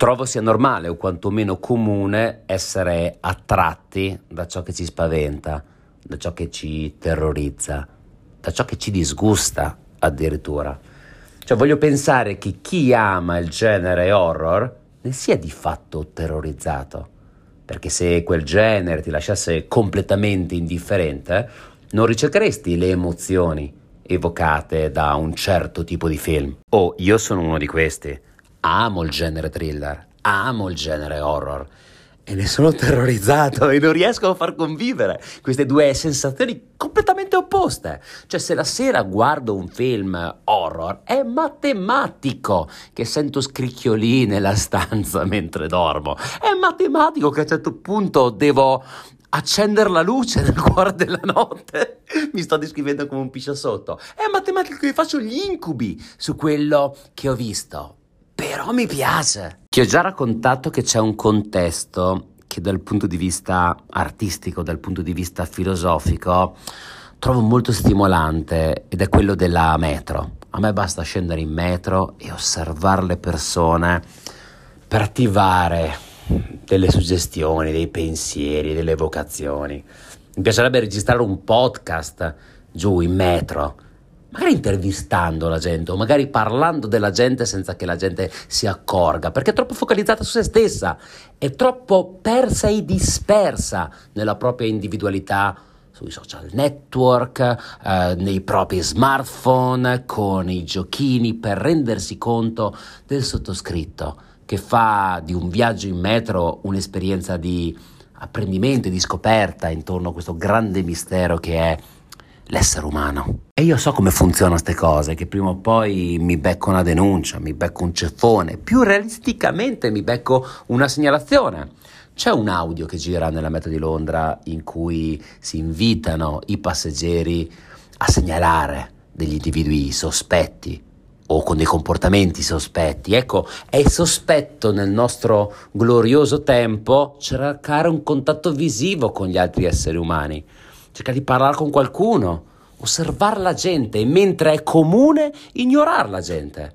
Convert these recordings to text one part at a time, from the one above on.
Trovo sia normale o quantomeno comune essere attratti da ciò che ci spaventa, da ciò che ci terrorizza, da ciò che ci disgusta addirittura. Cioè voglio pensare che chi ama il genere horror ne sia di fatto terrorizzato, perché se quel genere ti lasciasse completamente indifferente, non ricercheresti le emozioni evocate da un certo tipo di film. Io sono uno di questi. Amo il genere thriller, amo il genere horror e ne sono terrorizzato e non riesco a far convivere queste due sensazioni completamente opposte. Cioè se la sera guardo un film horror è matematico che sento scricchiolii nella stanza mentre dormo, è matematico che a un certo punto devo accendere la luce nel cuore della notte. Mi sto descrivendo come un pisciasotto. È matematico che faccio gli incubi su quello che ho visto. Però mi piace. Ti ho già raccontato che c'è un contesto che dal punto di vista artistico, dal punto di vista filosofico, trovo molto stimolante ed è quello della metro. A me basta scendere in metro e osservare le persone per attivare delle suggestioni, dei pensieri, delle evocazioni. Mi piacerebbe registrare un podcast giù in metro, magari intervistando la gente o magari parlando della gente senza che la gente si accorga, perché è troppo focalizzata su se stessa, è troppo persa e dispersa nella propria individualità, sui social network, nei propri smartphone, con i giochini, per rendersi conto del sottoscritto, che fa di un viaggio in metro un'esperienza di apprendimento e di scoperta intorno a questo grande mistero che è l'essere umano. E io so come funzionano queste cose, che prima o poi mi becco una denuncia, mi becco un ceffone, più realisticamente mi becco una segnalazione. C'è un audio che gira nella metro di Londra in cui si invitano i passeggeri a segnalare degli individui sospetti o con dei comportamenti sospetti. Ecco, è sospetto nel nostro glorioso tempo cercare un contatto visivo con gli altri esseri umani, cercare di parlare con qualcuno, osservare la gente, mentre è comune ignorare la gente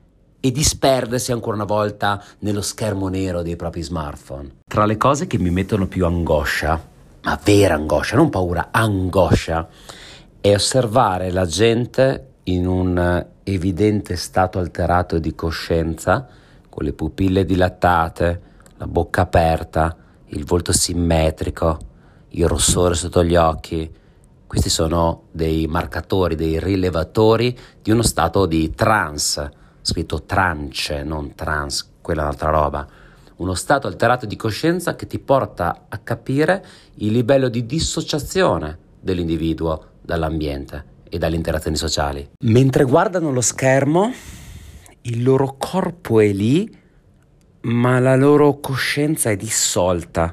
e disperdersi ancora una volta nello schermo nero dei propri smartphone. Tra le cose che mi mettono più angoscia, ma vera angoscia, non paura, angoscia, è osservare la gente in un evidente stato alterato di coscienza, con le pupille dilatate, la bocca aperta, il volto simmetrico, il rossore sotto gli occhi. Questi sono dei marcatori, dei rilevatori di uno stato di trance, scritto trance, non trans, quella è un'altra roba. Uno stato alterato di coscienza che ti porta a capire il livello di dissociazione dell'individuo dall'ambiente e dalle interazioni sociali. Mentre guardano lo schermo, il loro corpo è lì, ma la loro coscienza è dissolta.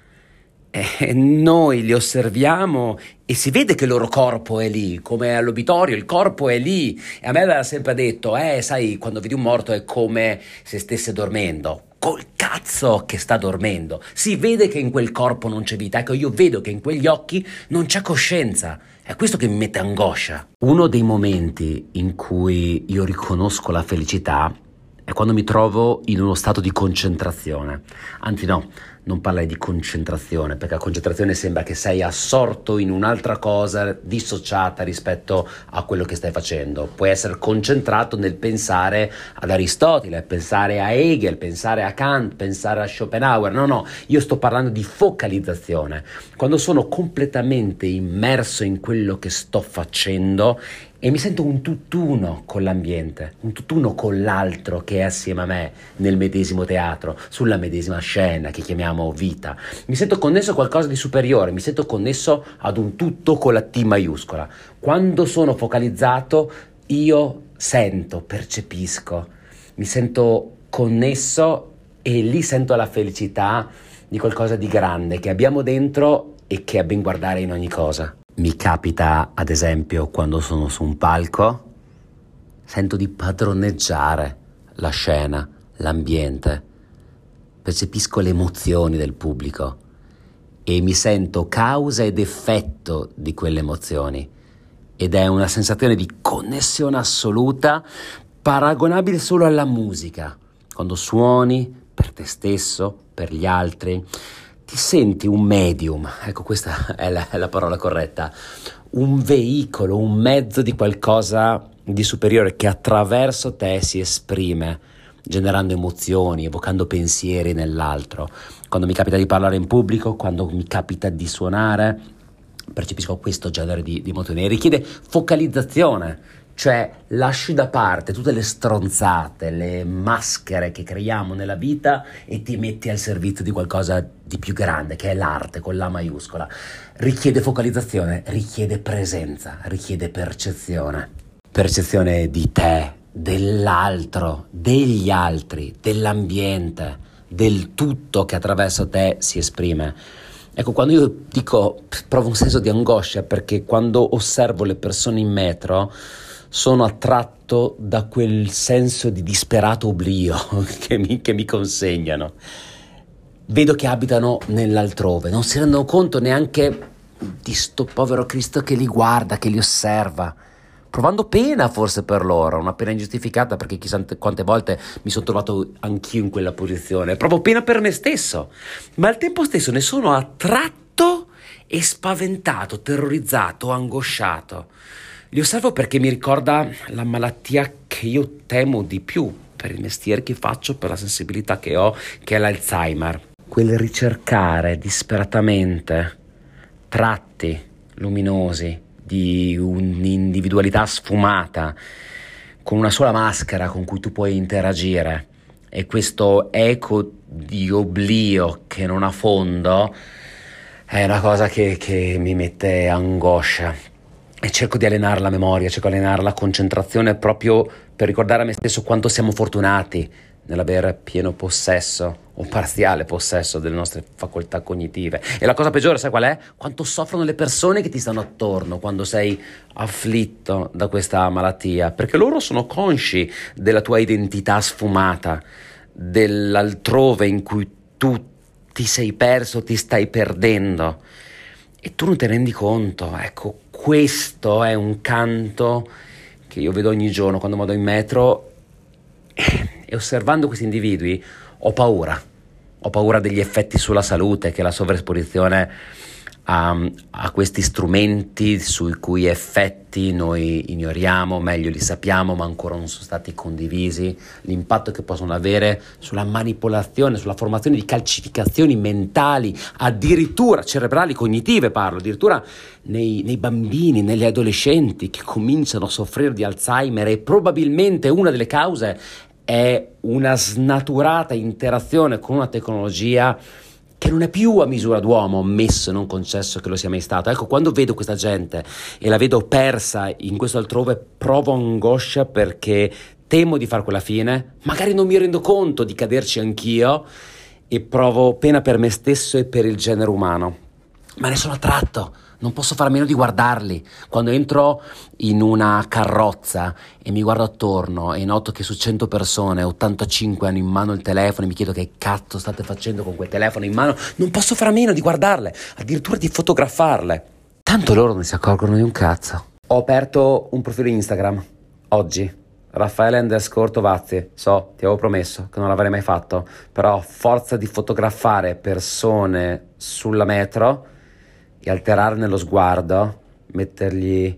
E noi li osserviamo e si vede che il loro corpo è lì, come all'obitorio, il corpo è lì. E a me aveva sempre detto, sai, quando vedi un morto è come se stesse dormendo. Col cazzo che sta dormendo. Si vede che in quel corpo non c'è vita. Ecco, io vedo che in quegli occhi non c'è coscienza. È questo che mi mette angoscia. Uno dei momenti in cui io riconosco la felicità è quando mi trovo in uno stato di concentrazione. Anzi no, non parlerei di concentrazione, perché la concentrazione sembra che sei assorto in un'altra cosa dissociata rispetto a quello che stai facendo. Puoi essere concentrato nel pensare ad Aristotele, pensare a Hegel, pensare a Kant, pensare a Schopenhauer. No, io sto parlando di focalizzazione. Quando sono completamente immerso in quello che sto facendo e mi sento un tutt'uno con l'ambiente, un tutt'uno con l'altro che è assieme a me nel medesimo teatro, sulla medesima scena che chiamiamo vita. Mi sento connesso a qualcosa di superiore, mi sento connesso ad un tutto con la T maiuscola. Quando sono focalizzato io sento, percepisco, mi sento connesso e lì sento la felicità di qualcosa di grande che abbiamo dentro e che è ben guardare in ogni cosa. Mi capita, ad esempio, quando sono su un palco, sento di padroneggiare la scena, l'ambiente, percepisco le emozioni del pubblico e mi sento causa ed effetto di quelle emozioni ed è una sensazione di connessione assoluta paragonabile solo alla musica. Quando suoni per te stesso, per gli altri. Ti senti un medium, ecco, questa è la parola corretta, un veicolo, un mezzo di qualcosa di superiore che attraverso te si esprime, generando emozioni, evocando pensieri nell'altro. Quando mi capita di parlare in pubblico, quando mi capita di suonare, percepisco questo genere di emozioni. Richiede focalizzazione, cioè lasci da parte tutte le stronzate, le maschere che creiamo nella vita e ti metti al servizio di qualcosa di più grande, che è l'arte con la maiuscola. Richiede focalizzazione, richiede presenza, richiede percezione. Percezione di te, dell'altro, degli altri, dell'ambiente, del tutto che attraverso te si esprime. Ecco, quando io dico provo un senso di angoscia perché quando osservo le persone in metro sono attratto da quel senso di disperato oblio che mi consegnano. Vedo che abitano nell'altrove, non si rendono conto neanche di sto povero Cristo che li guarda, che li osserva, provando pena forse per loro, una pena ingiustificata perché chissà quante volte mi sono trovato anch'io in quella posizione. Provo pena per me stesso, ma al tempo stesso ne sono attratto e spaventato, terrorizzato, angosciato. Li osservo perché mi ricorda la malattia che io temo di più per il mestiere che faccio, per la sensibilità che ho, che è l'Alzheimer. Quel ricercare disperatamente tratti luminosi di un'individualità sfumata, con una sola maschera con cui tu puoi interagire, e questo eco di oblio che non ha fondo è una cosa che mi mette angoscia. E cerco di allenare la memoria, cerco di allenare la concentrazione proprio per ricordare a me stesso quanto siamo fortunati nell'avere pieno possesso o parziale possesso delle nostre facoltà cognitive. E la cosa peggiore, sai qual è? Quanto soffrono le persone che ti stanno attorno quando sei afflitto da questa malattia, perché loro sono consci della tua identità sfumata, dell'altrove in cui tu ti sei perso, ti stai perdendo e tu non te ne rendi conto. Ecco, questo è un canto che io vedo ogni giorno quando vado in metro e osservando questi individui ho paura degli effetti sulla salute che la sovraesposizione a questi strumenti sui cui effetti noi ignoriamo, meglio li sappiamo ma ancora non sono stati condivisi, l'impatto che possono avere sulla manipolazione, sulla formazione di calcificazioni mentali, addirittura cerebrali, cognitive parlo, addirittura nei bambini, negli adolescenti che cominciano a soffrire di Alzheimer, e probabilmente una delle cause è una snaturata interazione con una tecnologia che non è più a misura d'uomo, ammesso e non concesso che lo sia mai stato. Ecco, quando vedo questa gente e la vedo persa in questo altrove, provo angoscia perché temo di far quella fine, magari non mi rendo conto di caderci anch'io e provo pena per me stesso e per il genere umano. Ma ne sono attratto, non posso fare a meno di guardarli. Quando entro in una carrozza e mi guardo attorno e noto che su 100 persone 85 hanno in mano il telefono e mi chiedo che cazzo state facendo con quel telefono in mano, non posso fare a meno di guardarle, addirittura di fotografarle. Tanto loro non si accorgono di un cazzo. Ho aperto un profilo Instagram oggi, Raffaele_Tovazzi. So, ti avevo promesso che non l'avrei mai fatto, però forza di fotografare persone sulla metro e alterarne lo sguardo, mettergli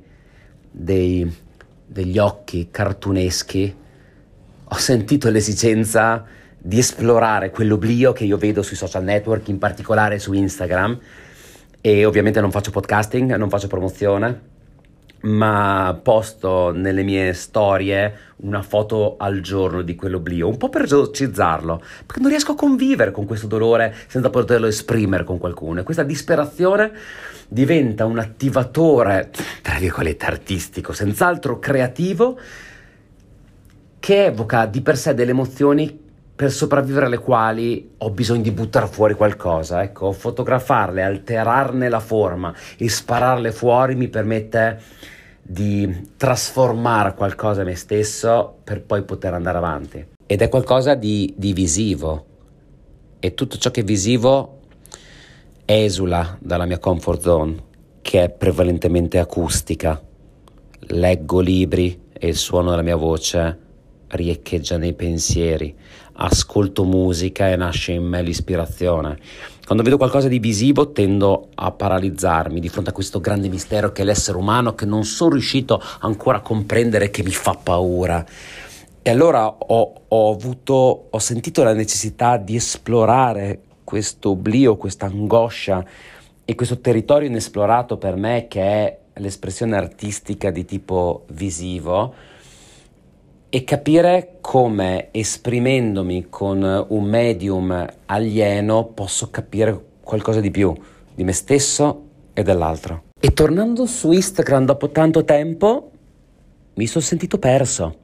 degli occhi cartuneschi, ho sentito l'esigenza di esplorare quell'oblio che io vedo sui social network, in particolare su Instagram, e ovviamente non faccio podcasting, non faccio promozione, ma posto nelle mie storie una foto al giorno di quell'oblio, un po' per esorcizzarlo, perché non riesco a convivere con questo dolore senza poterlo esprimere con qualcuno, e questa disperazione diventa un attivatore, tra virgolette, artistico, senz'altro creativo, che evoca di per sé delle emozioni per sopravvivere alle quali ho bisogno di buttare fuori qualcosa. Ecco, fotografarle, alterarne la forma e spararle fuori mi permette di trasformare qualcosa in me stesso per poi poter andare avanti. Ed è qualcosa di visivo, e tutto ciò che è visivo esula dalla mia comfort zone, che è prevalentemente acustica. Leggo libri e il suono della mia voce riecheggia nei pensieri. ascolto musica e nasce in me l'ispirazione. Quando vedo qualcosa di visivo tendo a paralizzarmi di fronte a questo grande mistero che è l'essere umano, che non sono riuscito ancora a comprendere, che mi fa paura. E allora ho sentito la necessità di esplorare questo oblio, questa angoscia e questo territorio inesplorato per me, che è l'espressione artistica di tipo visivo, e capire come, esprimendomi con un medium alieno, posso capire qualcosa di più di me stesso e dell'altro. E tornando su Instagram dopo tanto tempo, mi sono sentito perso.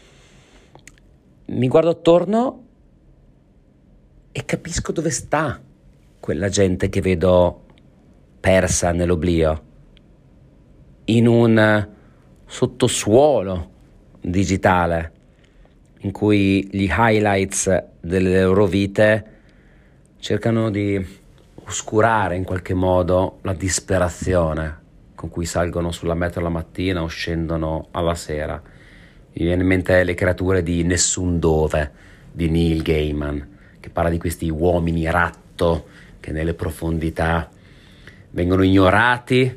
Mi guardo attorno e capisco dove sta quella gente che vedo persa nell'oblio, in un sottosuolo digitale in cui gli highlights delle loro vite cercano di oscurare in qualche modo la disperazione con cui salgono sulla metro la mattina o scendono alla sera. Mi viene in mente Le creature di Nessun Dove di Neil Gaiman, che parla di questi uomini ratto che nelle profondità vengono ignorati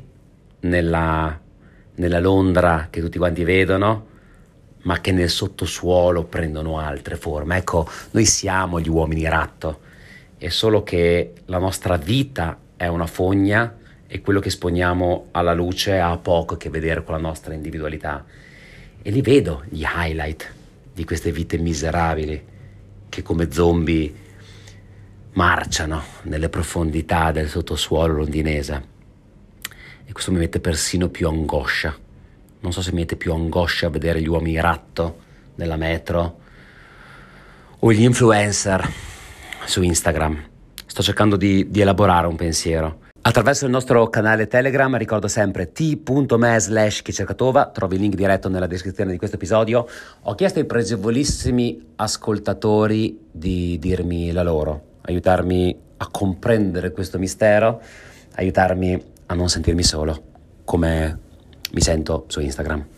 nella Londra che tutti quanti vedono, ma che nel sottosuolo prendono altre forme. Ecco, noi siamo gli uomini ratto, è solo che la nostra vita è una fogna e quello che esponiamo alla luce ha poco a che vedere con la nostra individualità. E li vedo gli highlight di queste vite miserabili che come zombie marciano nelle profondità del sottosuolo londinese. E questo mi mette persino più angoscia. Non so se mi mette più angoscia vedere gli uomini ratto nella metro o gli influencer su Instagram. Sto cercando di elaborare un pensiero. Attraverso il nostro canale Telegram, ricordo sempre t.me/chicercatova, trovi il link diretto nella descrizione di questo episodio. Ho chiesto ai pregevolissimi ascoltatori di dirmi la loro, aiutarmi a comprendere questo mistero, aiutarmi a non sentirmi solo, come mi sento su Instagram.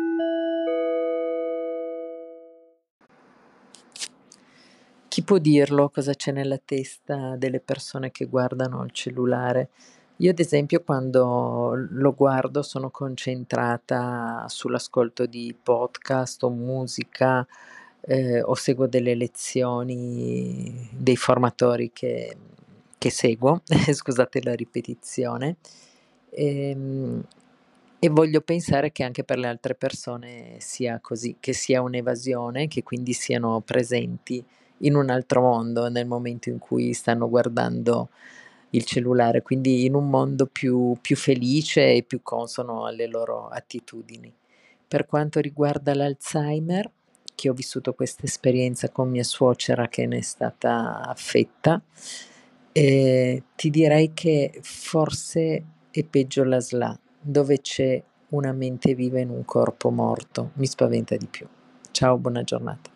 Chi può dirlo cosa c'è nella testa delle persone che guardano il cellulare? Io ad esempio quando lo guardo sono concentrata sull'ascolto di podcast o musica, o seguo delle lezioni dei formatori che seguo, scusate la ripetizione, ehm, e voglio pensare che anche per le altre persone sia così, che sia un'evasione, che quindi siano presenti in un altro mondo nel momento in cui stanno guardando il cellulare, quindi in un mondo più felice e più consono alle loro attitudini. Per quanto riguarda l'Alzheimer, che ho vissuto questa esperienza con mia suocera che ne è stata affetta, ti direi che forse è peggio la SLA, dove c'è una mente viva in un corpo morto. Mi spaventa di più. Ciao, buona giornata.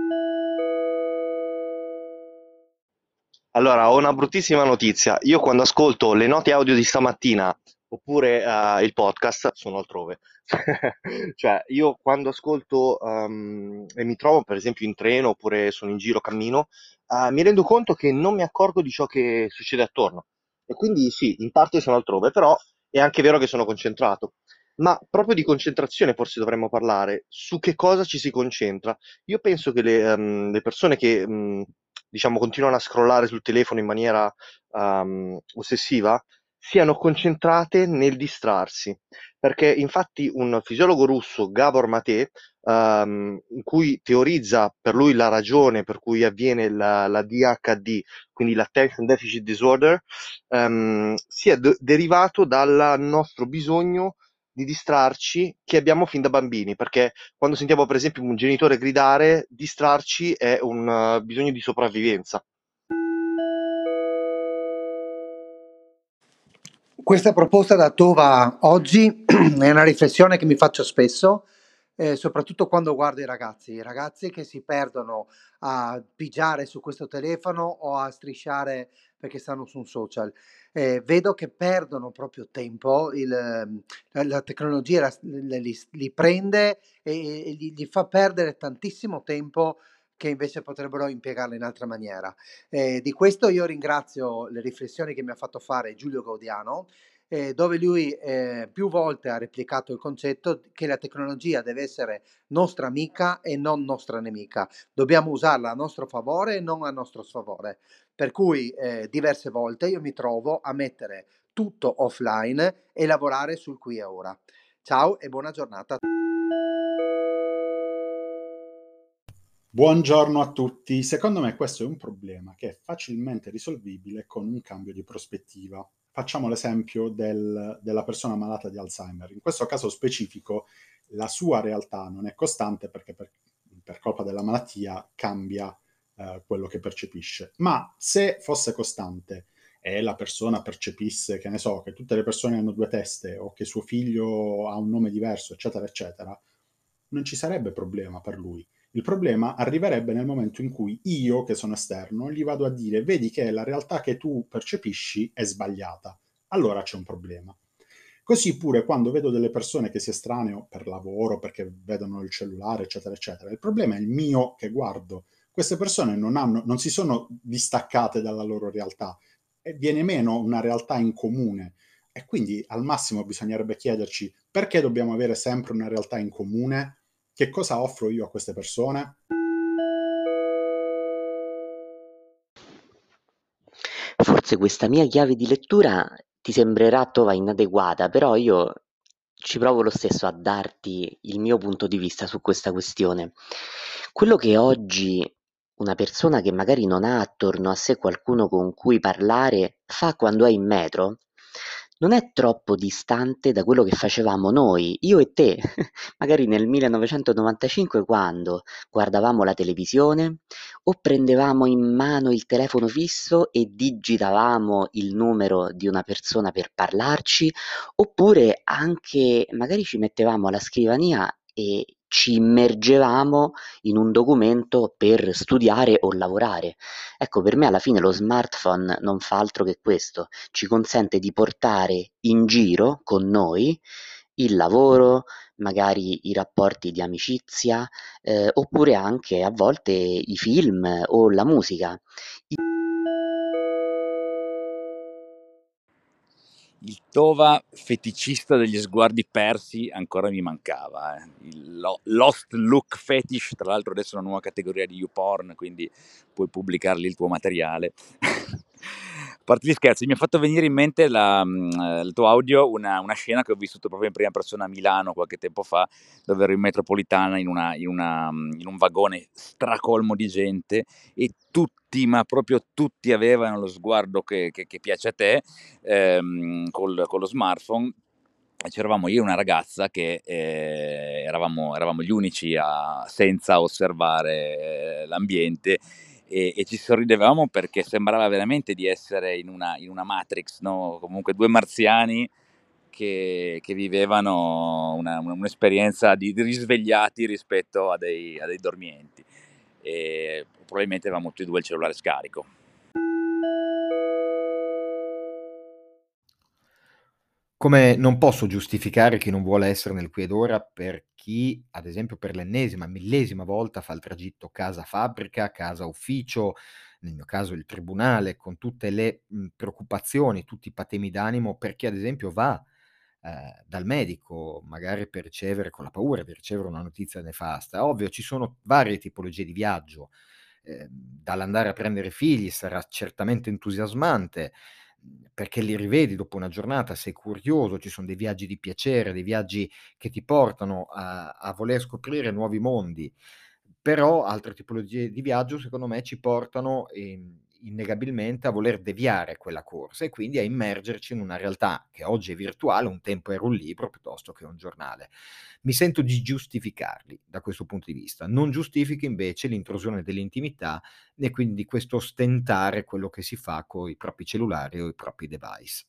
Allora, ho una bruttissima notizia. Io quando ascolto le note audio di stamattina oppure il podcast sono altrove. Cioè, io quando ascolto e mi trovo per esempio in treno oppure sono in giro, cammino, mi rendo conto che non mi accorgo di ciò che succede attorno. E quindi sì, in parte sono altrove, però è anche vero che sono concentrato. Ma proprio di concentrazione forse dovremmo parlare. Su che cosa ci si concentra? Io penso che le persone che diciamo, continuano a scrollare sul telefono in maniera ossessiva, siano concentrate nel distrarsi. Perché infatti un fisiologo russo, Gabor Mate, in cui teorizza per lui la ragione per cui avviene la DHD, quindi l'Attention Deficit Disorder, sia derivato dal nostro bisogno di distrarci che abbiamo fin da bambini, perché quando sentiamo per esempio un genitore gridare, distrarci è un bisogno di sopravvivenza. Questa proposta da Tova oggi è una riflessione che mi faccio spesso, soprattutto quando guardo i ragazzi che si perdono a pigiare su questo telefono o a strisciare perché stanno su un social. Vedo che perdono proprio tempo, la tecnologia li prende e gli fa perdere tantissimo tempo che invece potrebbero impiegarla in altra maniera. Di questo io ringrazio le riflessioni che mi ha fatto fare Giulio Gaudiano, dove lui più volte ha replicato il concetto che la tecnologia deve essere nostra amica e non nostra nemica. Dobbiamo usarla a nostro favore e non a nostro sfavore. Per cui diverse volte io mi trovo a mettere tutto offline e lavorare sul qui e ora. Ciao e buona giornata. Buongiorno a tutti. Secondo me questo è un problema che è facilmente risolvibile con un cambio di prospettiva. Facciamo l'esempio della persona malata di Alzheimer. In questo caso specifico la sua realtà non è costante perché per colpa della malattia cambia quello che percepisce. Ma se fosse costante e la persona percepisse, che ne so, che tutte le persone hanno due teste o che suo figlio ha un nome diverso, eccetera, eccetera, non ci sarebbe problema per lui. Il problema arriverebbe nel momento in cui io, che sono esterno, gli vado a dire: vedi che la realtà che tu percepisci è sbagliata. Allora c'è un problema. Così pure quando vedo delle persone che si estraneo per lavoro, perché vedono il cellulare, eccetera, eccetera, il problema è il mio che guardo. Queste persone non si sono distaccate dalla loro realtà e viene meno una realtà in comune. E quindi al massimo bisognerebbe chiederci perché dobbiamo avere sempre una realtà in comune. Che cosa offro io a queste persone? Forse questa mia chiave di lettura ti sembrerà tova inadeguata, però io ci provo lo stesso a darti il mio punto di vista su questa questione. Quello che oggi una persona che magari non ha attorno a sé qualcuno con cui parlare fa quando è in metro non è troppo distante da quello che facevamo noi, io e te, magari nel 1995 quando guardavamo la televisione o prendevamo in mano il telefono fisso e digitavamo il numero di una persona per parlarci, oppure anche magari ci mettevamo alla scrivania e ci immergevamo in un documento per studiare o lavorare. Ecco, per me alla fine lo smartphone non fa altro che questo, ci consente di portare in giro con noi il lavoro, magari i rapporti di amicizia, oppure anche a volte i film o la musica. Il Tova feticista degli sguardi persi ancora mi mancava. Il Lost Look Fetish, tra l'altro adesso è una nuova categoria di YouPorn, quindi puoi pubblicarli il tuo materiale. A parte gli scherzi, mi ha fatto venire in mente il tuo audio una scena che ho vissuto proprio in prima persona a Milano qualche tempo fa, dove ero in metropolitana in un vagone stracolmo di gente e tutti, ma proprio tutti avevano lo sguardo che piace a te, con lo smartphone. E c'eravamo io e una ragazza che eravamo gli unici senza osservare l'ambiente e ci sorridevamo perché sembrava veramente di essere in una Matrix, no? Comunque due marziani che vivevano un'esperienza di risvegliati rispetto a dei dormienti. E probabilmente avevamo tutti e due il cellulare scarico. Come non posso giustificare chi non vuole essere nel qui ed ora per chi, ad esempio, per l'ennesima, millesima volta fa il tragitto casa-fabbrica, casa-ufficio, nel mio caso il tribunale, con tutte le preoccupazioni, tutti i patemi d'animo, per chi, ad esempio, va dal medico, magari per ricevere, con la paura di ricevere una notizia nefasta. Ovvio, ci sono varie tipologie di viaggio. Dall'andare a prendere figli sarà certamente entusiasmante, perché li rivedi dopo una giornata, sei curioso, ci sono dei viaggi di piacere, dei viaggi che ti portano a voler scoprire nuovi mondi. Però altre tipologie di viaggio, secondo me, ci portano innegabilmente a voler deviare quella corsa e quindi a immergerci in una realtà che oggi è virtuale, un tempo era un libro piuttosto che un giornale. Mi sento di giustificarli da questo punto di vista. Non giustifico invece l'intrusione dell'intimità e quindi questo stentare quello che si fa con i propri cellulari o i propri device.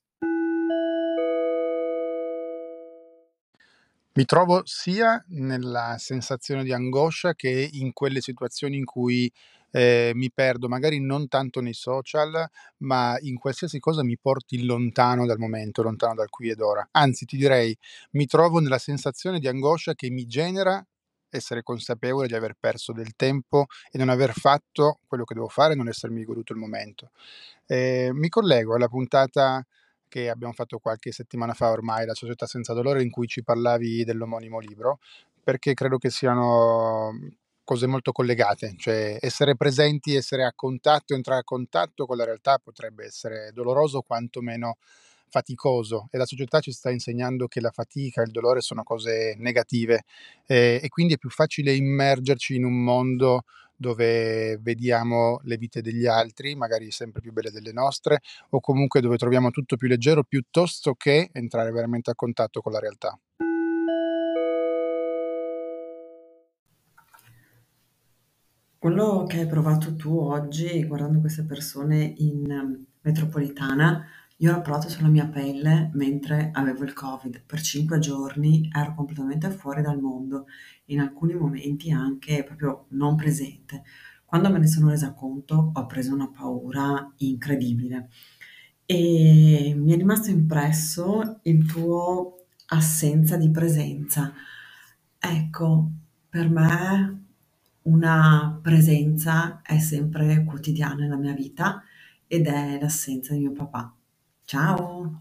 Mi trovo sia nella sensazione di angoscia che in quelle situazioni in cui mi perdo, magari non tanto nei social, ma in qualsiasi cosa mi porti lontano dal momento, lontano dal qui ed ora. Anzi, ti direi, mi trovo nella sensazione di angoscia che mi genera essere consapevole di aver perso del tempo e non aver fatto quello che devo fare, non essermi goduto il momento. Mi collego alla puntata che abbiamo fatto qualche settimana fa ormai, La società senza dolore, in cui ci parlavi dell'omonimo libro, perché credo che siano cose molto collegate, cioè essere presenti, essere a contatto, entrare a contatto con la realtà potrebbe essere doloroso, quantomeno faticoso, e la società ci sta insegnando che la fatica e il dolore sono cose negative, e quindi è più facile immergerci in un mondo dove vediamo le vite degli altri, magari sempre più belle delle nostre, o comunque dove troviamo tutto più leggero, piuttosto che entrare veramente a contatto con la realtà. Quello che hai provato tu oggi guardando queste persone in metropolitana, io l'ho provato sulla mia pelle mentre avevo il Covid. Per 5 giorni ero completamente fuori dal mondo, in alcuni momenti anche proprio non presente. Quando me ne sono resa conto ho preso una paura incredibile e mi è rimasto impresso il tuo assenza di presenza. Ecco, per me una presenza è sempre quotidiana nella mia vita ed è l'assenza di mio papà. Ciao!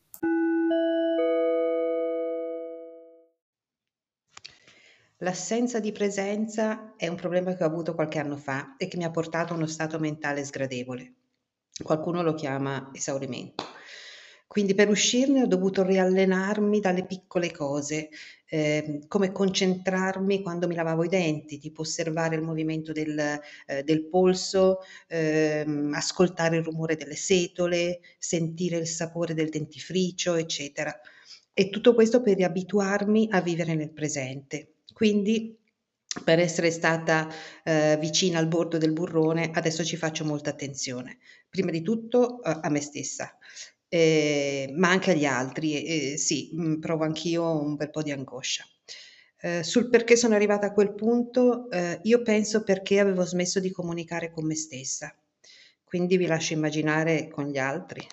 L'assenza di presenza è un problema che ho avuto qualche anno fa e che mi ha portato a uno stato mentale sgradevole. Qualcuno lo chiama esaurimento. Quindi per uscirne ho dovuto riallenarmi dalle piccole cose, come concentrarmi quando mi lavavo i denti, tipo osservare il movimento del polso, ascoltare il rumore delle setole, sentire il sapore del dentifricio, eccetera. E tutto questo per riabituarmi a vivere nel presente. Quindi, per essere stata vicina al bordo del burrone, adesso ci faccio molta attenzione. Prima di tutto a me stessa, ma anche agli altri. Sì, provo anch'io un bel po' di angoscia. Sul perché sono arrivata a quel punto, io penso perché avevo smesso di comunicare con me stessa. Quindi vi lascio immaginare con gli altri.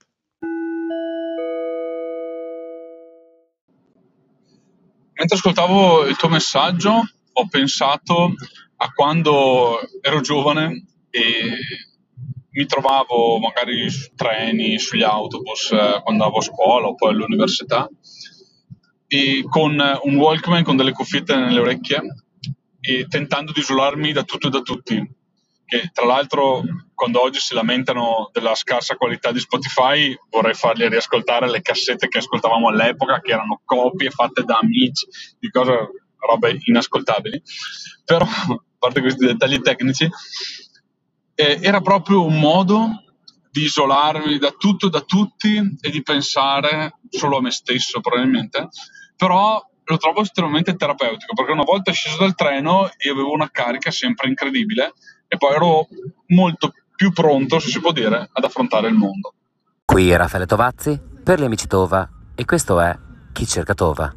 Mentre ascoltavo il tuo messaggio, ho pensato a quando ero giovane e mi trovavo magari su treni, sugli autobus, quando andavo a scuola o poi all'università, e con un Walkman, con delle cuffiette nelle orecchie, e tentando di isolarmi da tutto e da tutti. Che tra l'altro, quando oggi si lamentano della scarsa qualità di Spotify, vorrei fargli riascoltare le cassette che ascoltavamo all'epoca, che erano copie fatte da amici di robe inascoltabili. Però, a parte questi dettagli tecnici, era proprio un modo di isolarmi da tutto e da tutti e di pensare solo a me stesso, probabilmente. Però lo trovo estremamente terapeutico, perché una volta sceso dal treno io avevo una carica sempre incredibile e poi ero molto più pronto, se si può dire, ad affrontare il mondo. Qui Raffaele Tovazzi per gli amici Tova e questo è Chi cerca Tova.